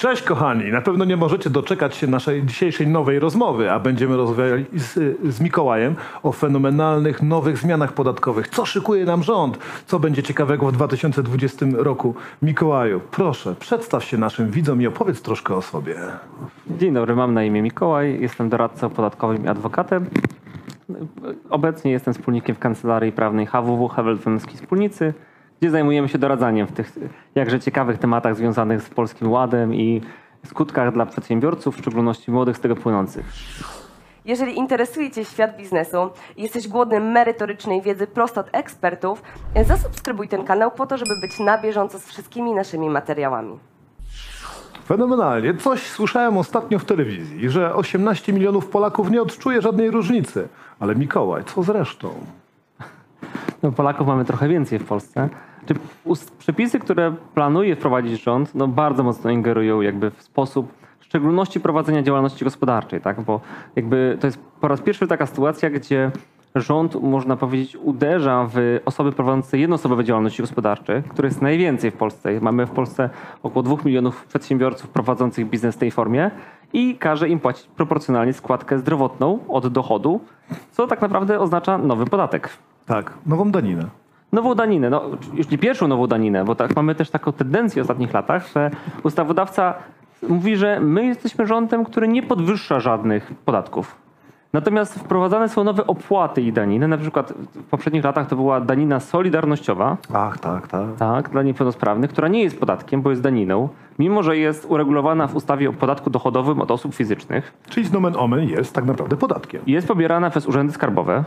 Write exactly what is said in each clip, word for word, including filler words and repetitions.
Cześć kochani, na pewno nie możecie doczekać się naszej dzisiejszej nowej rozmowy, a będziemy rozmawiali z, z Mikołajem o fenomenalnych nowych zmianach podatkowych. Co szykuje nam rząd? Co będzie ciekawego w dwa tysiące dwudziestym roku? Mikołaju, proszę, przedstaw się naszym widzom i opowiedz troszkę o sobie. Dzień dobry, mam na imię Mikołaj, jestem doradcą podatkowym i adwokatem. Obecnie jestem wspólnikiem w kancelarii prawnej H W W Hewel-Wronowski Wspólnicy, gdzie zajmujemy się doradzaniem w tych jakże ciekawych tematach związanych z Polskim Ładem i skutkach dla przedsiębiorców, w szczególności młodych, z tego płynących. Jeżeli interesuje Cię świat biznesu i jesteś głodny merytorycznej wiedzy prosto od ekspertów, zasubskrybuj ten kanał po to, żeby być na bieżąco z wszystkimi naszymi materiałami. Fenomenalnie. Coś słyszałem ostatnio w telewizji, że osiemnaście milionów Polaków nie odczuje żadnej różnicy. Ale Mikołaj, co z resztą? No, Polaków mamy trochę więcej w Polsce. Czy przepisy, które planuje wprowadzić rząd, no bardzo mocno ingerują jakby w sposób, w szczególności prowadzenia działalności gospodarczej, tak? Bo jakby to jest po raz pierwszy taka sytuacja, gdzie rząd, można powiedzieć, uderza w osoby prowadzące jednoosobowe działalności gospodarcze, które jest najwięcej w Polsce. Mamy w Polsce około dwóch milionów przedsiębiorców prowadzących biznes w tej formie i każe im płacić proporcjonalnie składkę zdrowotną od dochodu, co tak naprawdę oznacza nowy podatek. Tak, nową daninę. Nową daninę, no już nie pierwszą nową daninę, bo tak mamy też taką tendencję w ostatnich latach, że ustawodawca mówi, że my jesteśmy rządem, który nie podwyższa żadnych podatków. Natomiast wprowadzane są nowe opłaty i daniny. Na przykład w poprzednich latach to była danina solidarnościowa. Ach, tak, tak. Tak, dla niepełnosprawnych, która nie jest podatkiem, bo jest daniną, mimo że jest uregulowana w ustawie o podatku dochodowym od osób fizycznych. Czyli z nomen omen jest tak naprawdę podatkiem. Jest pobierana przez urzędy skarbowe.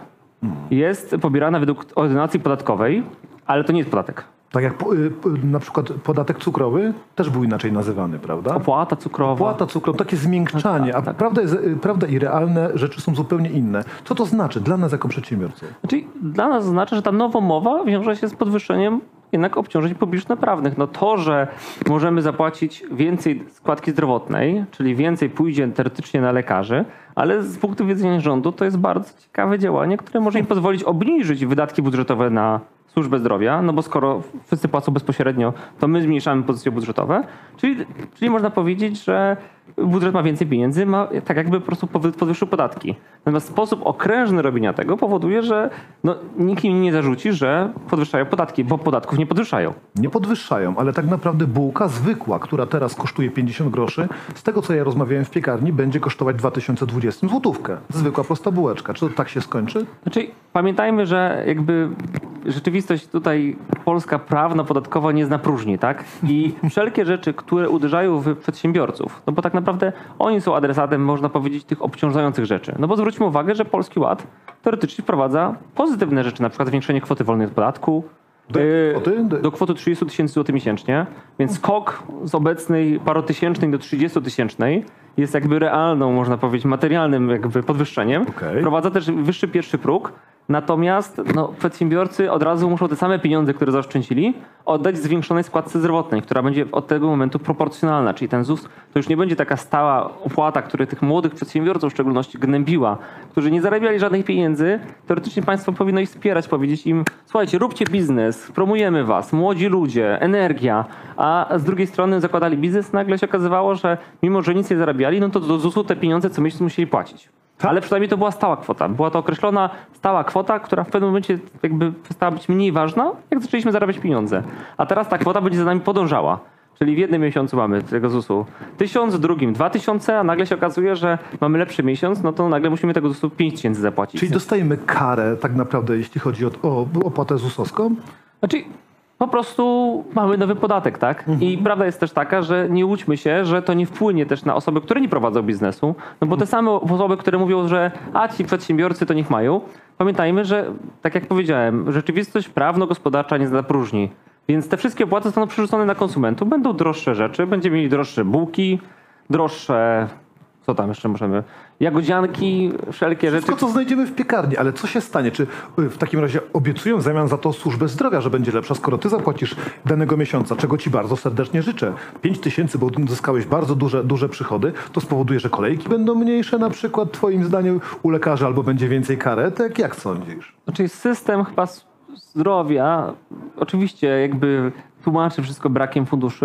Jest pobierana według ordynacji podatkowej, ale to nie jest podatek. Tak jak po, y, na przykład podatek cukrowy też był inaczej nazywany, prawda? Opłata cukrowa. Opłata cukrowa, takie zmiękczanie, Tak, a tak. prawda, jest, y, prawda i realne rzeczy są zupełnie inne. Co to znaczy dla nas jako przedsiębiorców? Znaczy, dla nas znaczy, że ta nowomowa wiąże się z podwyższeniem jednak obciążeń publiczno-prawnych. No to, że możemy zapłacić więcej składki zdrowotnej, czyli więcej pójdzie teoretycznie na lekarzy, ale z punktu widzenia rządu to jest bardzo ciekawe działanie, które może im pozwolić obniżyć wydatki budżetowe na służbę zdrowia, no bo skoro wszyscy płacą bezpośrednio, to my zmniejszamy pozycje budżetowe. Czyli, czyli można powiedzieć, że budżet ma więcej pieniędzy, ma tak jakby po prostu podwyższył podatki. Natomiast sposób okrężny robienia tego powoduje, że no, nikt im nie zarzuci, że podwyższają podatki, bo podatków nie podwyższają. Nie podwyższają, ale tak naprawdę bułka zwykła, która teraz kosztuje pięćdziesiąt groszy, z tego co ja rozmawiałem w piekarni, będzie kosztować w dwa tysiące dwudziestym złotówkę. Zwykła, prosta bułeczka. Czy to tak się skończy? Znaczy, pamiętajmy, że jakby rzeczywistość tutaj polska prawno-podatkowa nie zna próżni, tak? I wszelkie rzeczy, które uderzają w przedsiębiorców, no bo tak naprawdę oni są adresatem, można powiedzieć, tych obciążających rzeczy. No bo zwróćmy uwagę, że Polski Ład teoretycznie wprowadza pozytywne rzeczy, na przykład zwiększenie kwoty wolnej od podatku, Do yy, kwoty? Do- do kwoty trzydzieści tysięcy złotych miesięcznie, więc skok z obecnej parotysięcznej do trzydziestotysięcznej jest jakby realną, można powiedzieć, materialnym jakby podwyższeniem. Okej. Wprowadza też wyższy pierwszy próg. Natomiast no, przedsiębiorcy od razu muszą te same pieniądze, które zaoszczędzili, oddać zwiększonej składce zdrowotnej, która będzie od tego momentu proporcjonalna. Czyli ten ZUS to już nie będzie taka stała opłata, która tych młodych przedsiębiorców w szczególności gnębiła, którzy nie zarabiali żadnych pieniędzy. Teoretycznie państwo powinno ich wspierać, powiedzieć im: słuchajcie, róbcie biznes, promujemy was, młodzi ludzie, energia. A z drugiej strony zakładali biznes, nagle się okazywało, że mimo, że nic nie zarabiali, no to do zusu te pieniądze co miesiąc musieli płacić. Ale przynajmniej to była stała kwota. Była to określona stała kwota, która w pewnym momencie jakby przestała być mniej ważna, jak zaczęliśmy zarabiać pieniądze. A teraz ta kwota będzie za nami podążała. Czyli w jednym miesiącu mamy tego zusu tysiąc, w drugim dwa tysiące, a nagle się okazuje, że mamy lepszy miesiąc, no to nagle musimy tego zusu pięć tysięcy zapłacić. Czyli dostajemy karę tak naprawdę, jeśli chodzi o, o opłatę zusowską? Znaczy, po prostu mamy nowy podatek, tak? I prawda jest też taka, że nie łudźmy się, że to nie wpłynie też na osoby, które nie prowadzą biznesu, no bo te same osoby, które mówią, że a ci przedsiębiorcy to niech mają, pamiętajmy, że tak jak powiedziałem, rzeczywistość prawno-gospodarcza nie zna próżni. Więc te wszystkie opłaty zostaną przerzucone na konsumentów, będą droższe rzeczy, będziemy mieli droższe bułki, droższe, co tam jeszcze możemy, jagodzianki, wszelkie rzeczy. Wszystko, co znajdziemy w piekarni, ale co się stanie? Czy y, w takim razie obiecują w zamian za to służbę zdrowia, że będzie lepsza, skoro ty zapłacisz danego miesiąca, czego ci bardzo serdecznie życzę. pięć tysięcy, bo uzyskałeś bardzo duże, duże przychody, to spowoduje, że kolejki będą mniejsze na przykład twoim zdaniem u lekarzy, albo będzie więcej karetek? Jak sądzisz? Znaczy system chyba zdrowia oczywiście jakby tłumaczy wszystko brakiem funduszy,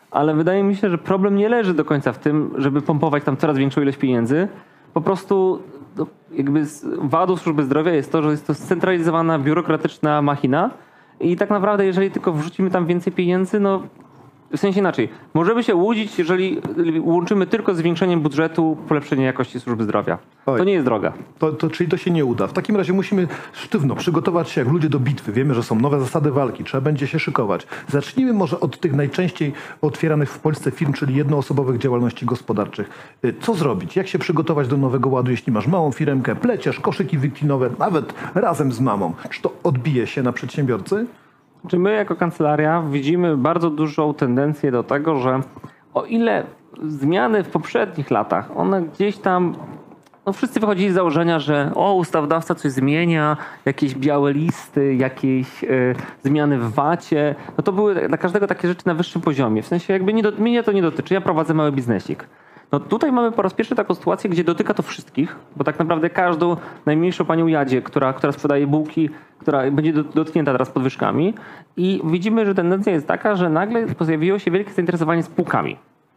ale wydaje mi się, że problem nie leży do końca w tym, żeby pompować tam coraz większą ilość pieniędzy. Po prostu no, jakby z wadą służby zdrowia jest to, że jest to scentralizowana, biurokratyczna machina i tak naprawdę jeżeli tylko wrzucimy tam więcej pieniędzy, no w sensie inaczej. Możemy się łudzić, jeżeli łączymy tylko z zwiększeniem budżetu polepszenie jakości służby zdrowia. Oj. To nie jest droga. To, to, czyli to się nie uda. W takim razie musimy sztywno przygotować się jak ludzie do bitwy. Wiemy, że są nowe zasady walki, trzeba będzie się szykować. Zacznijmy może od tych najczęściej otwieranych w Polsce firm, czyli jednoosobowych działalności gospodarczych. Y, Co zrobić? Jak się przygotować do nowego ładu, jeśli masz małą firmkę, pleciesz, koszyki wiklinowe, nawet razem z mamą? Czy to odbije się na przedsiębiorcy? Czy my jako kancelaria widzimy bardzo dużą tendencję do tego, że o ile zmiany w poprzednich latach, one gdzieś tam, no wszyscy wychodzili z założenia, że o, ustawodawca coś zmienia, jakieś białe listy, jakieś y, zmiany w vacie, no to były dla każdego takie rzeczy na wyższym poziomie. W sensie jakby nie do, mnie to nie dotyczy, ja prowadzę mały biznesik. No tutaj mamy po raz pierwszy taką sytuację, gdzie dotyka to wszystkich, bo tak naprawdę każdą najmniejszą panią Jadzie, która, która sprzedaje bułki, która będzie dotknięta teraz podwyżkami i widzimy, że tendencja jest taka, że nagle pojawiło się wielkie zainteresowanie spółkami.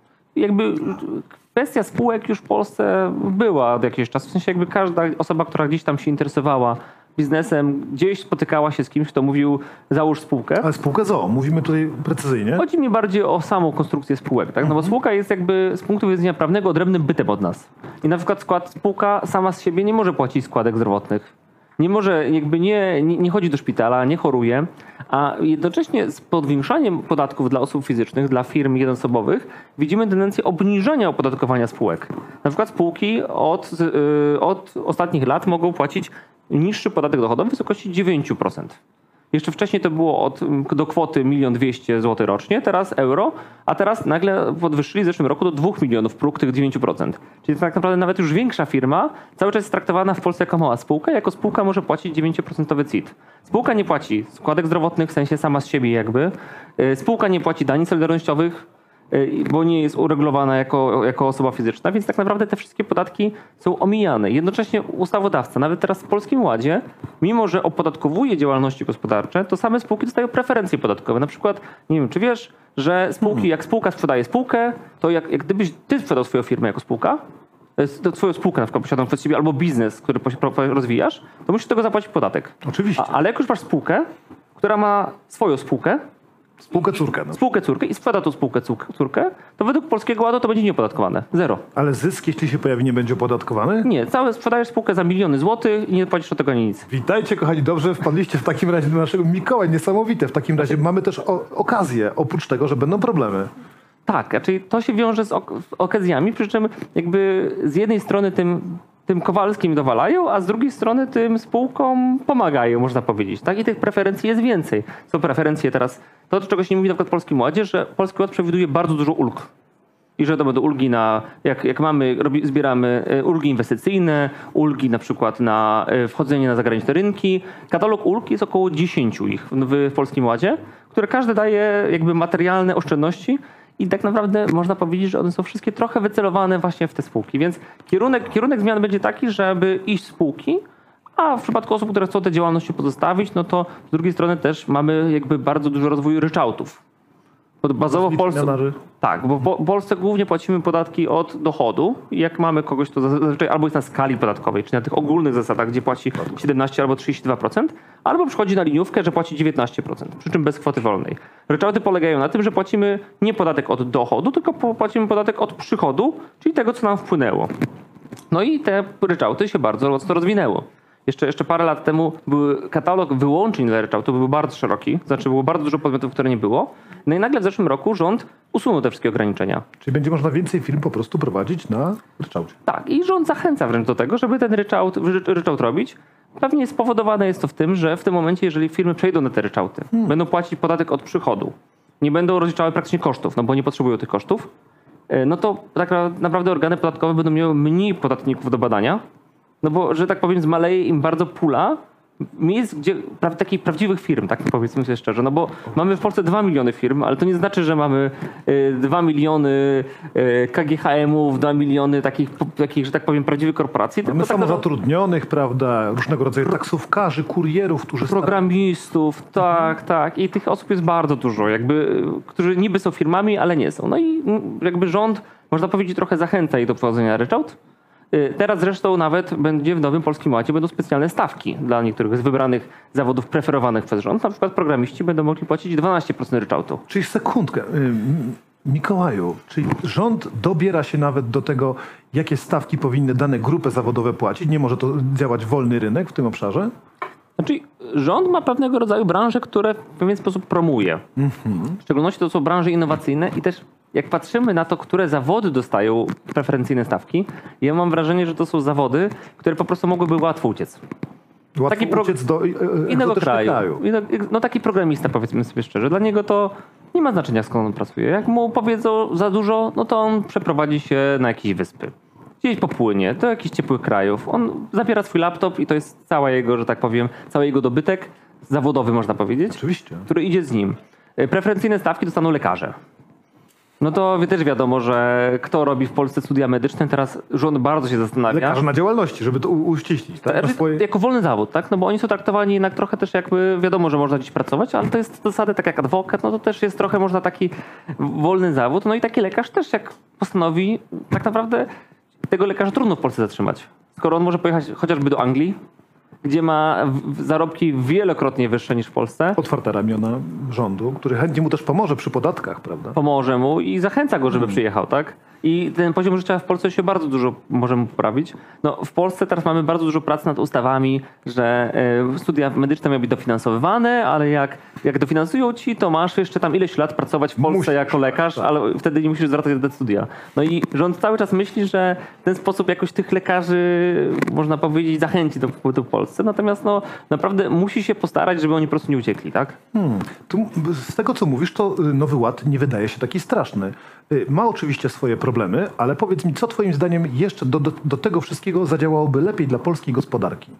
I jakby kwestia spółek już w Polsce była od jakiegoś czasu, w sensie jakby każda osoba, która gdzieś tam się interesowała biznesem, gdzieś spotykała się z kimś, kto mówił załóż spółkę. Ale spółkę z o o, mówimy tutaj precyzyjnie. Chodzi mi bardziej o samą konstrukcję spółek, tak? No bo spółka jest jakby z punktu widzenia prawnego odrębnym bytem od nas. I na przykład skład, spółka sama z siebie nie może płacić składek zdrowotnych. Nie może, jakby nie, nie, nie chodzi do szpitala, nie choruje, a jednocześnie z podwiększaniem podatków dla osób fizycznych, dla firm jednoosobowych, widzimy tendencję obniżania opodatkowania spółek. Na przykład spółki od, yy, od ostatnich lat mogą płacić niższy podatek dochodowy w wysokości dziewięć procent. Jeszcze wcześniej to było od, do kwoty milion dwieście złotych rocznie, teraz euro, a teraz nagle podwyższyli w zeszłym roku do dwóch milionów próg tych dziewięć procent. Czyli tak naprawdę nawet już większa firma cały czas jest traktowana w Polsce jako mała spółka, jako spółka może płacić dziewięć procent C I T. Spółka nie płaci składek zdrowotnych, w sensie sama z siebie jakby. Spółka nie płaci danin solidarnościowych, bo nie jest uregulowana jako, jako osoba fizyczna, więc tak naprawdę te wszystkie podatki są omijane. Jednocześnie ustawodawca, nawet teraz w Polskim Ładzie, mimo że opodatkowuje działalności gospodarcze, to same spółki dostają preferencje podatkowe. Na przykład, nie wiem, czy wiesz, że spółki, jak spółka sprzedaje spółkę, to jak, jak gdybyś ty sprzedał swoją firmę jako spółka, swoją spółkę na przykład posiadaną przez siebie, albo biznes, który rozwijasz, to musisz z tego zapłacić podatek. Oczywiście. A, ale jak już masz spółkę, która ma swoją spółkę, Spółkę córkę. No. spółkę córkę i sprzeda tą spółkę córkę, to według Polskiego Ładu to będzie nieopodatkowane. Zero. Ale zysk, jeśli się pojawi, nie będzie opodatkowany? Nie, całe sprzedajesz spółkę za miliony złotych i nie płacisz od tego ani nic. Witajcie, kochani, dobrze wpadliście w takim razie do naszego Mikołaj, niesamowite. W takim razie mamy też o, okazję, oprócz tego, że będą problemy. Tak, czyli to się wiąże z ok okazjami, przy czym jakby z jednej strony tym, tym Kowalskim dowalają, a z drugiej strony tym spółkom pomagają, można powiedzieć. Tak? I tych preferencji jest więcej. Są preferencje teraz, to czego się nie mówi na przykład w Polskim Ładzie, że Polski Ład przewiduje bardzo dużo ulg. I że to będą ulgi na, jak, jak mamy, robi, zbieramy ulgi inwestycyjne, ulgi na przykład na wchodzenie na zagraniczne rynki. Katalog ulg jest około dziesięciu ich w, w Polskim Ładzie, które każdy daje jakby materialne oszczędności. I tak naprawdę można powiedzieć, że one są wszystkie trochę wycelowane właśnie w te spółki. Więc kierunek, kierunek zmian będzie taki, żeby iść w spółki, a w przypadku osób, które chcą te działalności pozostawić, no to z drugiej strony też mamy jakby bardzo dużo rozwoju ryczałtów. Bo bazowo w Polsce, tak, bo w Polsce głównie płacimy podatki od dochodu. I jak mamy kogoś, to zazwyczaj albo jest na skali podatkowej, czyli na tych ogólnych zasadach, gdzie płaci siedemnaście albo trzydzieści dwa procent, albo przychodzi na liniówkę, że płaci dziewiętnaście procent, przy czym bez kwoty wolnej. Ryczałty polegają na tym, że płacimy nie podatek od dochodu, tylko płacimy podatek od przychodu, czyli tego, co nam wpłynęło. No i te ryczałty się bardzo mocno rozwinęło. Jeszcze, jeszcze parę lat temu był katalog wyłączeń dla ryczałtu, był bardzo szeroki, znaczy było bardzo dużo podmiotów, które nie było. No i nagle w zeszłym roku rząd usunął te wszystkie ograniczenia. Czyli będzie można więcej firm po prostu prowadzić na ryczałcie. Tak, i rząd zachęca wręcz do tego, żeby ten ryczałt, ryczałt robić. Pewnie spowodowane jest to w tym, że w tym momencie, jeżeli firmy przejdą na te ryczałty, hmm. będą płacić podatek od przychodu, nie będą rozliczały praktycznie kosztów, no bo nie potrzebują tych kosztów, no to tak naprawdę organy podatkowe będą miały mniej podatników do badania. No bo, że tak powiem, zmaleje im bardzo pula miejsc, gdzie pra, takich prawdziwych firm, tak powiedzmy sobie szczerze, no bo mamy w Polsce dwa miliony firm, ale to nie znaczy, że mamy y, dwa miliony y, K G H M-ów, dwa miliony takich, takich, że tak powiem, prawdziwych korporacji. Mamy tylko tak samozatrudnionych, prawda, różnego rodzaju taksówkarzy, kurierów, którzy... programistów, tak, tak. I tych osób jest bardzo dużo, jakby, którzy niby są firmami, ale nie są. No i jakby rząd, można powiedzieć, trochę zachęca ich do prowadzenia ryczałt. Teraz zresztą nawet będzie w nowym Polskim Ładzie będą specjalne stawki dla niektórych z wybranych zawodów preferowanych przez rząd. Na przykład programiści będą mogli płacić dwanaście procent ryczałtu. Czyli sekundkę. Ym, Mikołaju, czyli rząd dobiera się nawet do tego, jakie stawki powinny dane grupy zawodowe płacić? Nie może to działać wolny rynek w tym obszarze? Znaczy, rząd ma pewnego rodzaju branże, które w pewien sposób promuje. Mhm. W szczególności to są branże innowacyjne i też jak patrzymy na to, które zawody dostają preferencyjne stawki, ja mam wrażenie, że to są zawody, które po prostu mogłyby łatwo uciec. Łatwo Taki pro- uciec do e, e, Innego egzotycznego kraju. No taki programista, powiedzmy sobie szczerze. Dla niego to nie ma znaczenia, skąd on pracuje. Jak mu powiedzą za dużo, no to on przeprowadzi się na jakieś wyspy. Gdzieś popłynie, do jakichś ciepłych krajów. On zabiera swój laptop i to jest cała jego, że tak powiem, cały jego dobytek zawodowy, można powiedzieć, Oczywiście. który idzie z nim. Preferencyjne stawki dostaną lekarze. No to też wiadomo, że kto robi w Polsce studia medyczne, teraz rząd bardzo się zastanawia. Lekarze na działalności, żeby to u- uściślić. Tak? Na Znaczy, swoje... Jako wolny zawód, tak? No bo oni są traktowani jednak trochę też jakby, wiadomo, że można gdzieś pracować, ale to jest zasady tak jak adwokat, no to też jest trochę można taki wolny zawód. No i taki lekarz też jak postanowi, tak naprawdę tego lekarza trudno w Polsce zatrzymać. Skoro on może pojechać chociażby do Anglii, gdzie ma w- zarobki wielokrotnie wyższe niż w Polsce, Otwarte ramiona rządu, który chętnie mu też pomoże przy podatkach, prawda? pomoże mu i zachęca go, żeby przyjechał, tak? I ten poziom życia w Polsce się bardzo dużo możemy poprawić. No, w Polsce teraz mamy bardzo dużo pracy nad ustawami, że e, studia medyczne mają być dofinansowywane, ale jak, jak dofinansują ci, to masz jeszcze tam ileś lat pracować w Polsce Musisz, jako lekarz, ale wtedy nie musisz zwracać na te studia. No i rząd cały czas myśli, że w ten sposób jakoś tych lekarzy, można powiedzieć, zachęci do pobytu w Polsce. Natomiast no, naprawdę musi się postarać, żeby oni po prostu nie uciekli, tak? Hmm. Tu, z tego, co mówisz, to y, Nowy Ład nie wydaje się taki straszny. Y, Ma oczywiście swoje problemy, ale powiedz mi, co twoim zdaniem jeszcze do, do, do tego wszystkiego zadziałałoby lepiej dla polskiej gospodarki?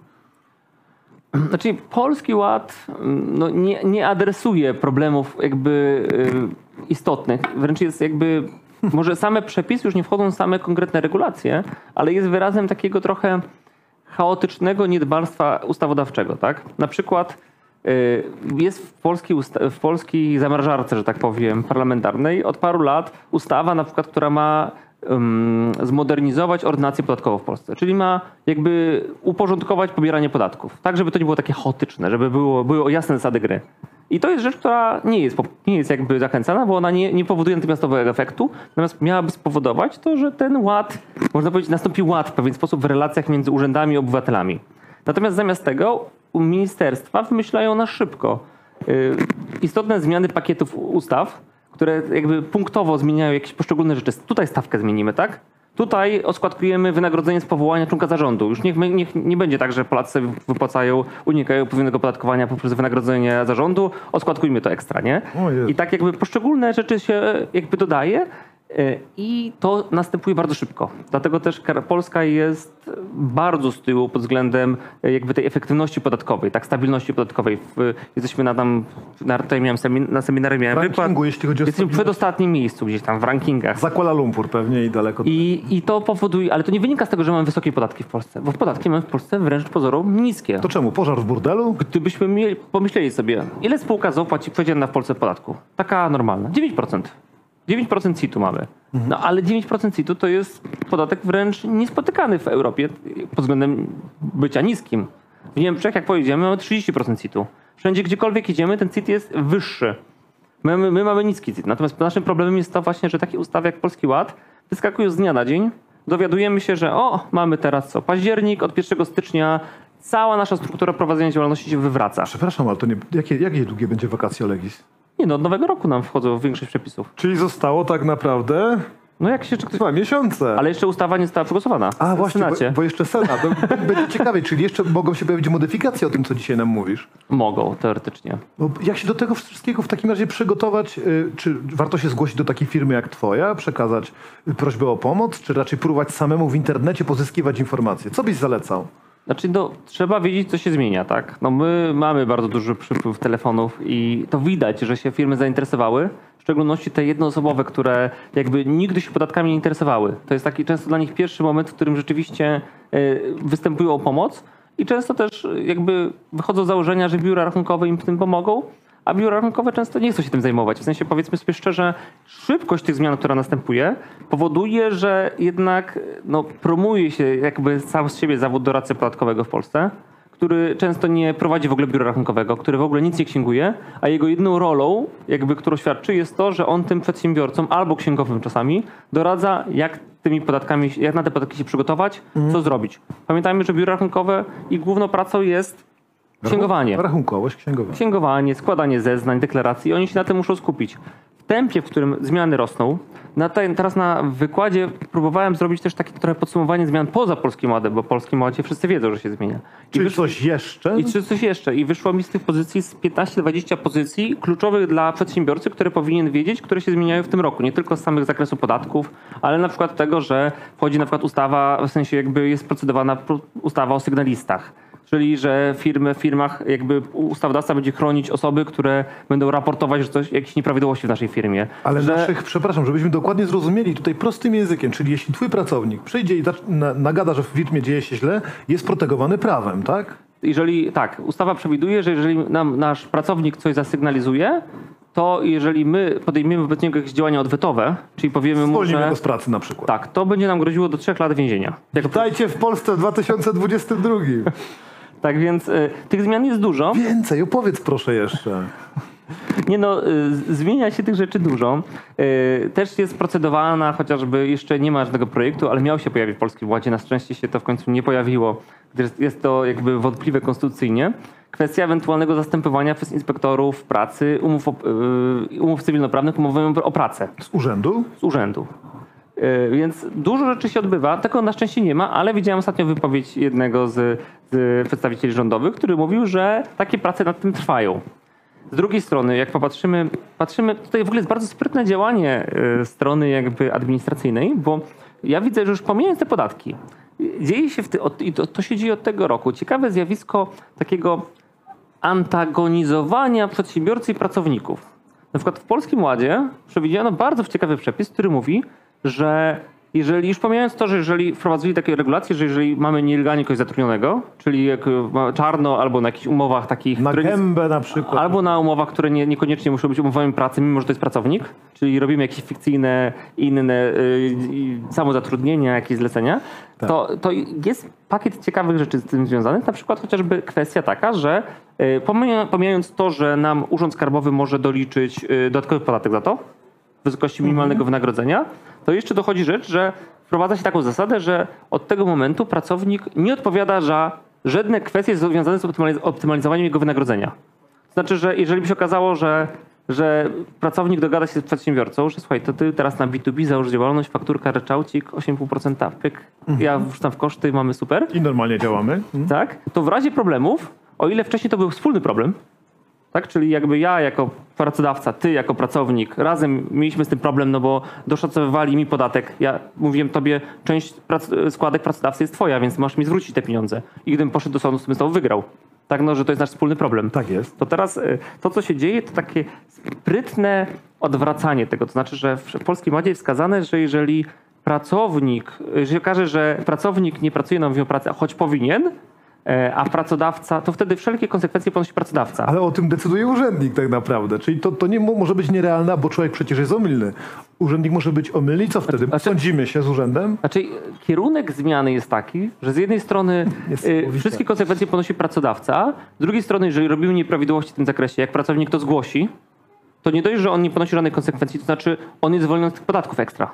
Znaczy Polski Ład no, nie, nie adresuje problemów jakby y, istotnych. Wręcz jest jakby, może same przepisy już nie wchodzą w same konkretne regulacje, ale jest wyrazem takiego trochę chaotycznego niedbalstwa ustawodawczego, tak? Na przykład y, jest w polskiej, usta- w polskiej zamrażarce, że tak powiem, parlamentarnej od paru lat ustawa na przykład, która ma um, zmodernizować ordynację podatkową w Polsce. Czyli ma jakby uporządkować pobieranie podatków. Tak, żeby to nie było takie chaotyczne, żeby było, były jasne zasady gry. I to jest rzecz, która nie jest, nie jest jakby zachęcana, bo ona nie, nie powoduje natychmiastowego efektu, natomiast miałaby spowodować to, że ten ład, można powiedzieć, nastąpi ład w pewien sposób w relacjach między urzędami i obywatelami. Natomiast zamiast tego ministerstwa wymyślają na szybko y, istotne zmiany pakietów ustaw, które jakby punktowo zmieniają jakieś poszczególne rzeczy. Tutaj stawkę zmienimy, tak? Tutaj oskładkujemy wynagrodzenie z powołania członka zarządu. Już niech, niech nie będzie tak, że Polacy sobie wypłacają, unikają podwójnego opodatkowania poprzez wynagrodzenie zarządu. Oskładkujmy to ekstra, nie? O Jezu. I tak jakby poszczególne rzeczy się jakby dodaje y, i to następuje bardzo szybko. Dlatego też kar- Polska jest bardzo z tyłu pod względem y, jakby tej efektywności podatkowej, tak, stabilności podatkowej. W, jesteśmy na tam, na, tutaj miałem semin, na seminarium miałem W wykład. rankingu, jeśli chodzi o Jesteśmy w stabilność. przedostatnim miejscu gdzieś tam w rankingach. Za Kuala Lumpur pewnie i daleko. I, I to powoduje, ale to nie wynika z tego, że mamy wysokie podatki w Polsce, bo podatki mamy w Polsce wręcz pozorom niskie. To czemu? Pożar w burdelu? Gdybyśmy mieli, pomyśleli sobie, ile spółka z o o płaci przeciętna w Polsce podatku? Taka normalna. dziewięć procent. dziewięć procent C I T-u mamy. No ale dziewięć procent C I T-u to jest podatek wręcz niespotykany w Europie pod względem bycia niskim. W Niemczech, jak pojedziemy, mamy trzydzieści procent C I T-u. Wszędzie, gdziekolwiek idziemy, ten C I T jest wyższy. My, my, my mamy niski C I T. Natomiast naszym problemem jest to właśnie, że takie ustawy jak Polski Ład wyskakują z dnia na dzień. Dowiadujemy się, że o, mamy teraz co? Październik, od pierwszego stycznia cała nasza struktura prowadzenia działalności się wywraca. Przepraszam, ale to nie, jakie, jakie długie będzie vacatio legis? Nie no, od nowego roku nam wchodzą większość przepisów. Czyli zostało tak naprawdę No jak się... Czy ktoś... dwa miesiące. Ale jeszcze ustawa nie została przegłosowana. A w właśnie, bo, Senacie. bo jeszcze Senat. To będzie ciekawie, czyli jeszcze mogą się pojawić modyfikacje o tym, co dzisiaj nam mówisz. Mogą, teoretycznie. Bo jak się do tego wszystkiego w takim razie przygotować? y, Czy warto się zgłosić do takiej firmy jak twoja, przekazać prośbę o pomoc, czy raczej próbować samemu w internecie pozyskiwać informacje? Co byś zalecał? Znaczy, no, trzeba wiedzieć, co się zmienia, tak? No, my mamy bardzo duży przypływ telefonów i to widać, że się firmy zainteresowały, w szczególności te jednoosobowe, które jakby nigdy się podatkami nie interesowały. To jest taki często dla nich pierwszy moment, w którym rzeczywiście y, występują o pomoc i często też jakby wychodzą z założenia, że biura rachunkowe im w tym pomogą, a biura rachunkowe często nie chcą się tym zajmować. W sensie, powiedzmy sobie szczerze, szybkość tych zmian, która następuje, powoduje, że jednak no, promuje się jakby sam z siebie zawód doradcy podatkowego w Polsce, który często nie prowadzi w ogóle biura rachunkowego, który w ogóle nic nie księguje, a jego jedyną rolą, jakby, którą świadczy, jest to, że on tym przedsiębiorcom albo księgowym czasami doradza, jak tymi podatkami, jak na te podatki się przygotować, mhm. co zrobić. Pamiętajmy, że biura rachunkowe i główną pracą jest księgowanie. Rachunkowość, księgowanie. Księgowanie, składanie zeznań, deklaracji. Oni się na tym muszą skupić. W tempie, w którym zmiany rosną, na te, teraz na wykładzie próbowałem zrobić też takie trochę podsumowanie zmian poza Polskim Ładem, bo w Polskim Ładzie wszyscy wiedzą, że się zmienia. I Czy wyszło, coś jeszcze? I czy coś jeszcze. I wyszło mi z tych pozycji z piętnaście dwadzieścia pozycji kluczowych dla przedsiębiorcy, które powinien wiedzieć, które się zmieniają w tym roku. Nie tylko z samych zakresu podatków, ale na przykład tego, że wchodzi na przykład ustawa, w sensie jakby jest procedowana ustawa o sygnalistach. Czyli, że firmy, w firmach jakby ustawodawca będzie chronić osoby, które będą raportować, że coś, jakieś nieprawidłowości w naszej firmie. Ale że... naszych, przepraszam, żebyśmy dokładnie zrozumieli tutaj prostym językiem, czyli jeśli twój pracownik przyjdzie i na, nagada, że w firmie dzieje się źle, jest protegowany prawem, tak? Jeżeli, tak, ustawa przewiduje, że jeżeli nam nasz pracownik coś zasygnalizuje, to jeżeli my podejmiemy wobec niego jakieś działania odwetowe, czyli powiemy mu, Zwolnimy że... go z pracy na przykład. Tak, to będzie nam groziło do trzech lat więzienia. Jak... Witajcie w Polsce w dwa tysiące dwudziestym drugim. Tak więc y, tych zmian jest dużo. Więcej, opowiedz proszę jeszcze. Nie no, y, zmienia się tych rzeczy dużo. Y, też jest procedowana, chociażby jeszcze nie ma żadnego projektu, ale miał się pojawić w Polskim Ładzie. Na szczęście się to w końcu nie pojawiło, gdyż jest to jakby wątpliwe konstytucyjnie. Kwestia ewentualnego zastępowania przez inspektorów pracy umów, o, y, umów cywilnoprawnych umowami o pracę. Z urzędu? Z urzędu. Więc dużo rzeczy się odbywa, tego na szczęście nie ma, ale widziałem ostatnio wypowiedź jednego z, z przedstawicieli rządowych, który mówił, że takie prace nad tym trwają. Z drugiej strony, jak popatrzymy, patrzymy, tutaj w ogóle jest bardzo sprytne działanie strony jakby administracyjnej, bo ja widzę, że już pomijając te podatki, dzieje się w ty, i to, to się dzieje od tego roku, ciekawe zjawisko takiego antagonizowania przedsiębiorcy i pracowników. Na przykład w Polskim Ładzie przewidziano bardzo ciekawy przepis, który mówi, że jeżeli, już pomijając to, że jeżeli wprowadzili takie regulacje, że jeżeli mamy nielegalnie kogoś zatrudnionego, czyli jak czarno albo na jakichś umowach takich... Na które gębę nie, na przykład. Albo na umowach, które nie, niekoniecznie muszą być umowami pracy, mimo że to jest pracownik, czyli robimy jakieś fikcyjne, inne y, samozatrudnienia, jakieś zlecenia, tak. to, to jest pakiet ciekawych rzeczy z tym związanych, na przykład chociażby kwestia taka, że y, pomijając to, że nam Urząd Skarbowy może doliczyć y, dodatkowy podatek za to, w wysokości minimalnego mhm. wynagrodzenia, to jeszcze dochodzi rzecz, że wprowadza się taką zasadę, że od tego momentu pracownik nie odpowiada za żadne kwestie związane z optymalizowaniem jego wynagrodzenia. To znaczy, że jeżeli by się okazało, że, że pracownik dogada się z przedsiębiorcą, że słuchaj, to ty teraz na B dwa B załóż działalność, fakturka, ryczałcik, osiem i pół procent pyk, mhm. ja wrzucam w koszty, mamy super. I normalnie działamy. Mhm. Tak, to w razie problemów, o ile wcześniej to był wspólny problem, tak? Czyli jakby ja jako pracodawca, ty jako pracownik, razem mieliśmy z tym problem, no bo doszacowywali mi podatek. Ja mówiłem tobie, część prac- składek pracodawcy jest twoja, więc masz mi zwrócić te pieniądze. I gdybym poszedł do sądu, to bym z tobą wygrał. Tak, no, że to jest nasz wspólny problem. Tak jest. To teraz to, co się dzieje, to takie sprytne odwracanie tego. To znaczy, że w Polskim Ładzie jest wskazane, że jeżeli pracownik, jeżeli okaże, że pracownik nie pracuje na umowę o pracę, choć powinien, a pracodawca, to wtedy wszelkie konsekwencje ponosi pracodawca. Ale o tym decyduje urzędnik tak naprawdę. Czyli to, to nie może być nierealne, bo człowiek przecież jest omylny. Urzędnik może być omylny i co wtedy? Znaczy, Sądzimy się z urzędem? Znaczy kierunek zmiany jest taki, że z jednej strony y, wszystkie konsekwencje ponosi pracodawca, z drugiej strony, jeżeli robimy nieprawidłowości w tym zakresie, jak pracownik to zgłosi, to nie dość, że on nie ponosi żadnych konsekwencji, to znaczy on jest zwolniony z tych podatków ekstra.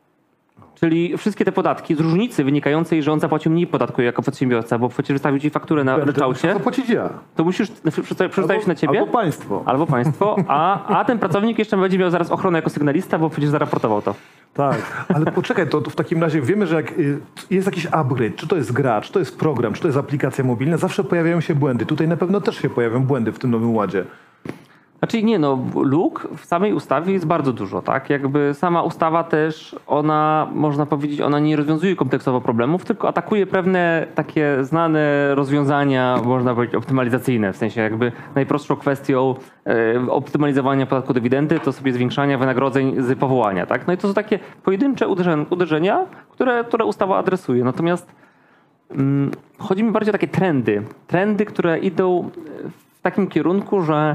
Czyli wszystkie te podatki z różnicy wynikającej, że on zapłacił mniej podatku jako przedsiębiorca, bo przecież wystawił ci fakturę na ryczałcie. To zapłacić ja. To musisz przestawić na ciebie. Albo państwo. Albo państwo, a, a ten pracownik jeszcze będzie miał zaraz ochronę jako sygnalista, bo przecież zaraportował to. Tak, ale poczekaj, to, to w takim razie wiemy, że jak jest jakiś upgrade, czy to jest gra, czy to jest program, czy to jest aplikacja mobilna, zawsze pojawiają się błędy. Tutaj na pewno też się pojawią błędy w tym nowym ładzie. Znaczy nie, no luk w samej ustawie jest bardzo dużo, tak? Jakby sama ustawa też, ona, można powiedzieć, ona nie rozwiązuje kompleksowo problemów, tylko atakuje pewne takie znane rozwiązania, można powiedzieć, optymalizacyjne. W sensie jakby najprostszą kwestią e, optymalizowania podatku dywidendy to sobie zwiększania wynagrodzeń z powołania, tak? No i to są takie pojedyncze uderzenia, uderzenia które, które ustawa adresuje. Natomiast mm, chodzi mi bardziej o takie trendy. Trendy, które idą w takim kierunku, że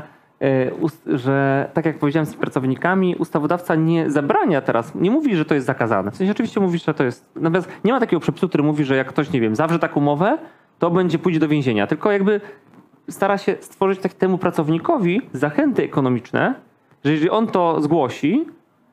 że tak jak powiedziałem z pracownikami, ustawodawca nie zabrania teraz, nie mówi, że to jest zakazane. W sensie oczywiście mówi, że to jest, natomiast nie ma takiego przepisu, który mówi, że jak ktoś, nie wiem, zawrze taką umowę, to będzie pójdzie do więzienia. Tylko jakby stara się stworzyć tak temu pracownikowi zachęty ekonomiczne, że jeżeli on to zgłosi,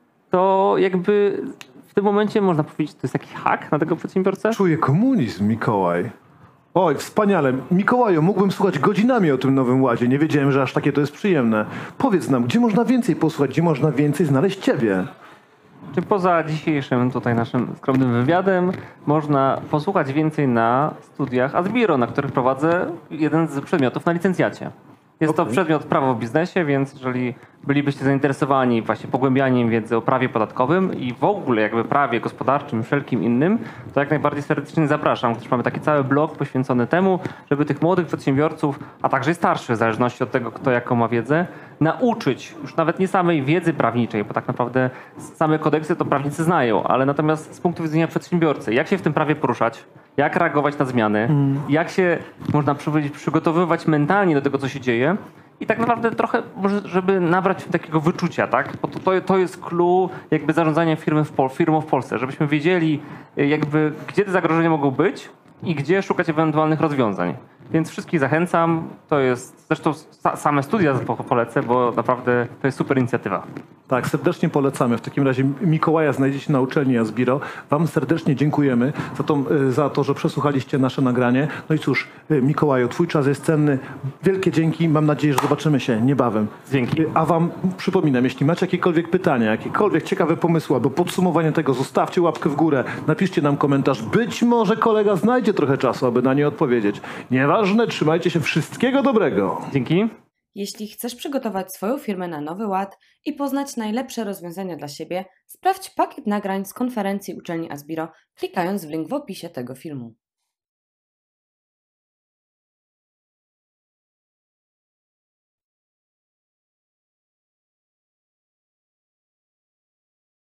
to jakby w tym momencie można powiedzieć, że to jest taki hak na tego przedsiębiorcę. Czuję komunizm, Mikołaj. Oj, wspaniale. Mikołaju, mógłbym słuchać godzinami o tym Nowym Ładzie. Nie wiedziałem, że aż takie to jest przyjemne. Powiedz nam, gdzie można więcej posłuchać, gdzie można więcej znaleźć ciebie? Czy poza dzisiejszym tutaj naszym skromnym wywiadem można posłuchać więcej na studiach Asbiro, na których prowadzę jeden z przedmiotów na licencjacie. Jest to Okej. przedmiot prawo w biznesie, więc jeżeli bylibyście zainteresowani właśnie pogłębianiem wiedzy o prawie podatkowym i w ogóle jakby prawie gospodarczym, wszelkim innym, to jak najbardziej serdecznie zapraszam, gdyż mamy taki cały blog poświęcony temu, żeby tych młodych przedsiębiorców, a także i starszych, w zależności od tego, kto jaką ma wiedzę, nauczyć już nawet nie samej wiedzy prawniczej, bo tak naprawdę same kodeksy to prawnicy znają, ale natomiast z punktu widzenia przedsiębiorcy, jak się w tym prawie poruszać, jak reagować na zmiany, mm. jak się, można powiedzieć, przygotowywać mentalnie do tego, co się dzieje i tak naprawdę trochę, może, żeby nabrać takiego wyczucia, tak? Bo to, to, to jest clue jakby zarządzania firmy w Pol- firmą w Polsce, żebyśmy wiedzieli jakby, gdzie te zagrożenia mogą być i gdzie szukać ewentualnych rozwiązań. Więc wszystkich zachęcam, to jest, zresztą sa, same studia po- polecę, bo naprawdę to jest super inicjatywa. Tak, serdecznie polecamy. W takim razie Mikołaja znajdziecie na uczelni Asbiro. Wam serdecznie dziękujemy za to, za to, że przesłuchaliście nasze nagranie. No i cóż, Mikołaju, twój czas jest cenny. Wielkie dzięki. Mam nadzieję, że zobaczymy się niebawem. Dzięki. A wam przypominam, jeśli macie jakiekolwiek pytania, jakiekolwiek ciekawe pomysły albo podsumowanie tego, zostawcie łapkę w górę, napiszcie nam komentarz. Być może kolega znajdzie trochę czasu, aby na nie odpowiedzieć. Nieważne, trzymajcie się. Wszystkiego dobrego. Dzięki. Jeśli chcesz przygotować swoją firmę na Nowy Ład i poznać najlepsze rozwiązania dla siebie, sprawdź pakiet nagrań z konferencji uczelni Asbiro, klikając w link w opisie tego filmu.